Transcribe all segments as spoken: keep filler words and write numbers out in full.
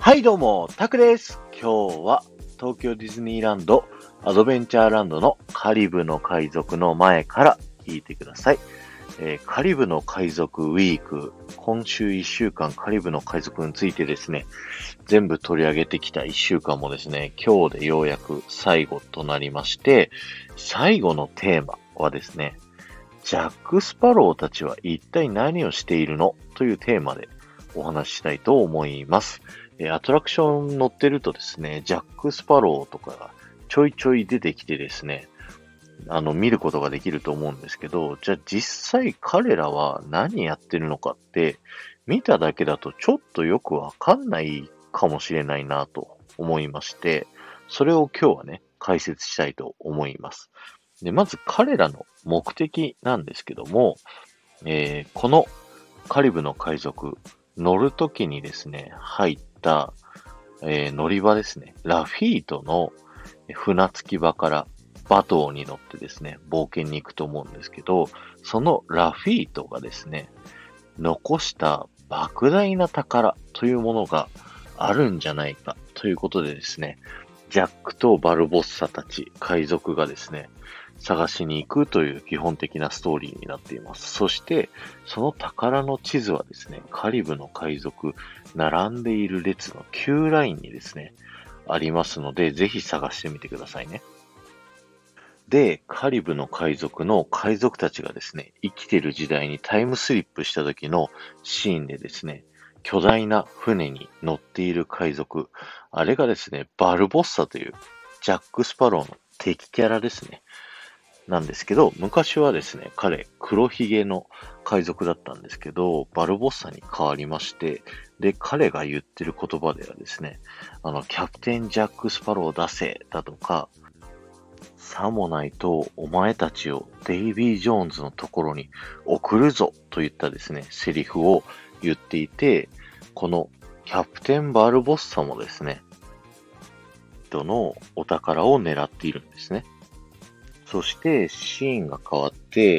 はいどうも、タクです。今日は東京ディズニーランドアドベンチャーランドのカリブの海賊の前から聞いてください。えー、カリブの海賊ウィーク、今週いっしゅうかんカリブの海賊についてですね、全部取り上げてきたいっしゅうかんもですね、今日でようやく最後となりまして、最後のテーマはですね、ジャック・スパローたちは一体何をしているのというテーマでお話ししたいと思います。えアトラクション乗ってるとですね、ジャック・スパローとかがちょいちょい出てきてですね、あの、見ることができると思うんですけど、じゃあ実際彼らは何やってるのかって、見ただけだとちょっとよくわかんないかもしれないなと思いまして、それを今日はね、解説したいと思います。で、まず彼らの目的なんですけども、えー、このカリブの海賊、乗るときにですね、入った、えー乗り場ですね、ラフィートの船着き場からバトーに乗ってですね、冒険に行くと思うんですけど、そのラフィートがですね、残した莫大な宝というものがあるんじゃないかということでですね、ジャックとバルボッサたち海賊がですね、探しに行くという基本的なストーリーになっています。そして、その宝の地図はですね、カリブの海賊、並んでいる列のきゅうラインにですね、ありますので、ぜひ探してみてくださいね。で、カリブの海賊の海賊たちがですね、生きている時代にタイムスリップした時のシーンでですね、巨大な船に乗っている海賊、あれがですね、バルボッサというジャック・スパローの敵キャラですね。なんですけど、昔はですね、彼、黒ひげの海賊だったんですけど、バルボッサに変わりまして、で、彼が言ってる言葉ではですね、あの、キャプテンジャック・スパロー出せ、だとか、さもないとお前たちをデイビー・ジョーンズのところに送るぞといったですね、セリフを言っていて、このキャプテン・バルボッサもですね、人のお宝を狙っているんですね。そしてシーンが変わって、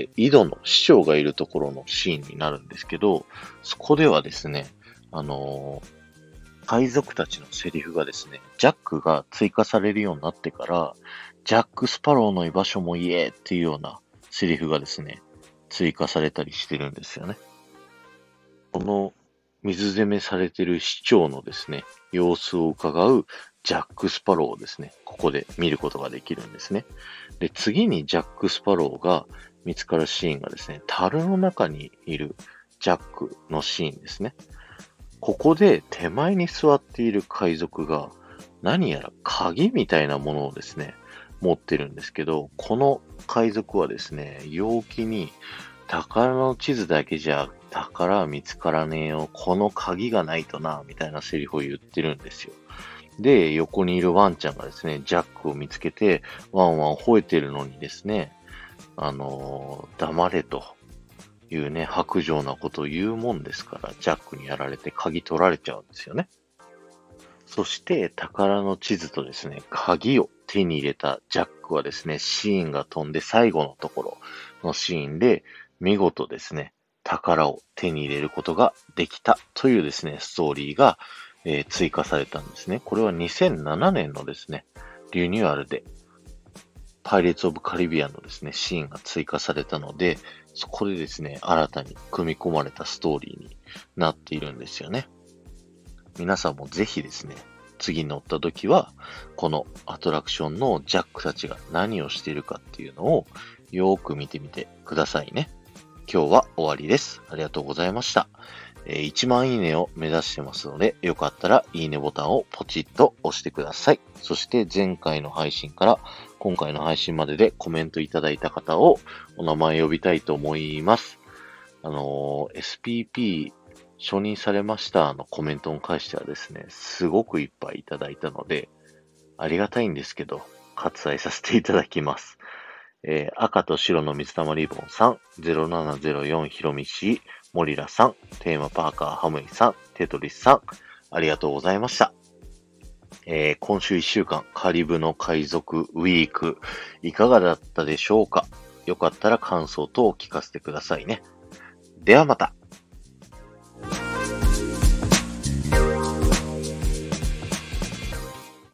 井戸の市長がいるところのシーンになるんですけど、そこではですね、あのー海賊たちのセリフがですね、ジャックが追加されるようになってから、ジャック・スパローの居場所も言えっていうようなセリフがですね、追加されたりしてるんですよね。この水攻めされてる市長のですね、様子を伺うジャック・スパローをですね、ここで見ることができるんですね。で、次にジャック・スパローが見つかるシーンがですね、樽の中にいるジャックのシーンですね。ここで手前に座っている海賊が何やら鍵みたいなものをですね、持ってるんですけど、この海賊はですね、陽気に宝の地図だけじゃ宝は見つからねえよ、この鍵がないとな、みたいなセリフを言ってるんですよ。で、横にいるワンちゃんがですね、ジャックを見つけて、ワンワン吠えてるのにですね、あのー黙れというね、薄情なことを言うもんですから、ジャックにやられて鍵取られちゃうんですよね。そして宝の地図とですね、鍵を手に入れたジャックはですね、シーンが飛んで最後のところのシーンで、見事ですね、宝を手に入れることができたというですね、ストーリーが、えー追加されたんですね。これはにせんななねんのですね、リニューアルで、パイレーツ・オブ・カリビアンのですね、シーンが追加されたので、そこでですね、新たに組み込まれたストーリーになっているんですよね。皆さんもぜひですね、次乗った時は、このアトラクションのジャックたちが何をしているかっていうのをよーく見てみてくださいね。今日は終わりです。ありがとうございました。えーいちまんいいねを目指してますので、よかったらいいねボタンをポチッと押してください。そして前回の配信から今回の配信まででコメントいただいた方をお名前呼びたいと思います。あのー エスピーピー 承認されましたのコメントに関してはですね、すごくいっぱいいただいたので、ありがたいんですけど、割愛させていただきます。えー赤と白の水溜りボンさん、ゼロななゼロよんひろみし、モリラさん、テーマパーカーハムイさん、テトリスさん、ありがとうございました。えー今週いっしゅうかん、カリブの海賊ウィーク、いかがだったでしょうか？よかったら感想等を聞かせてくださいね。ではまた。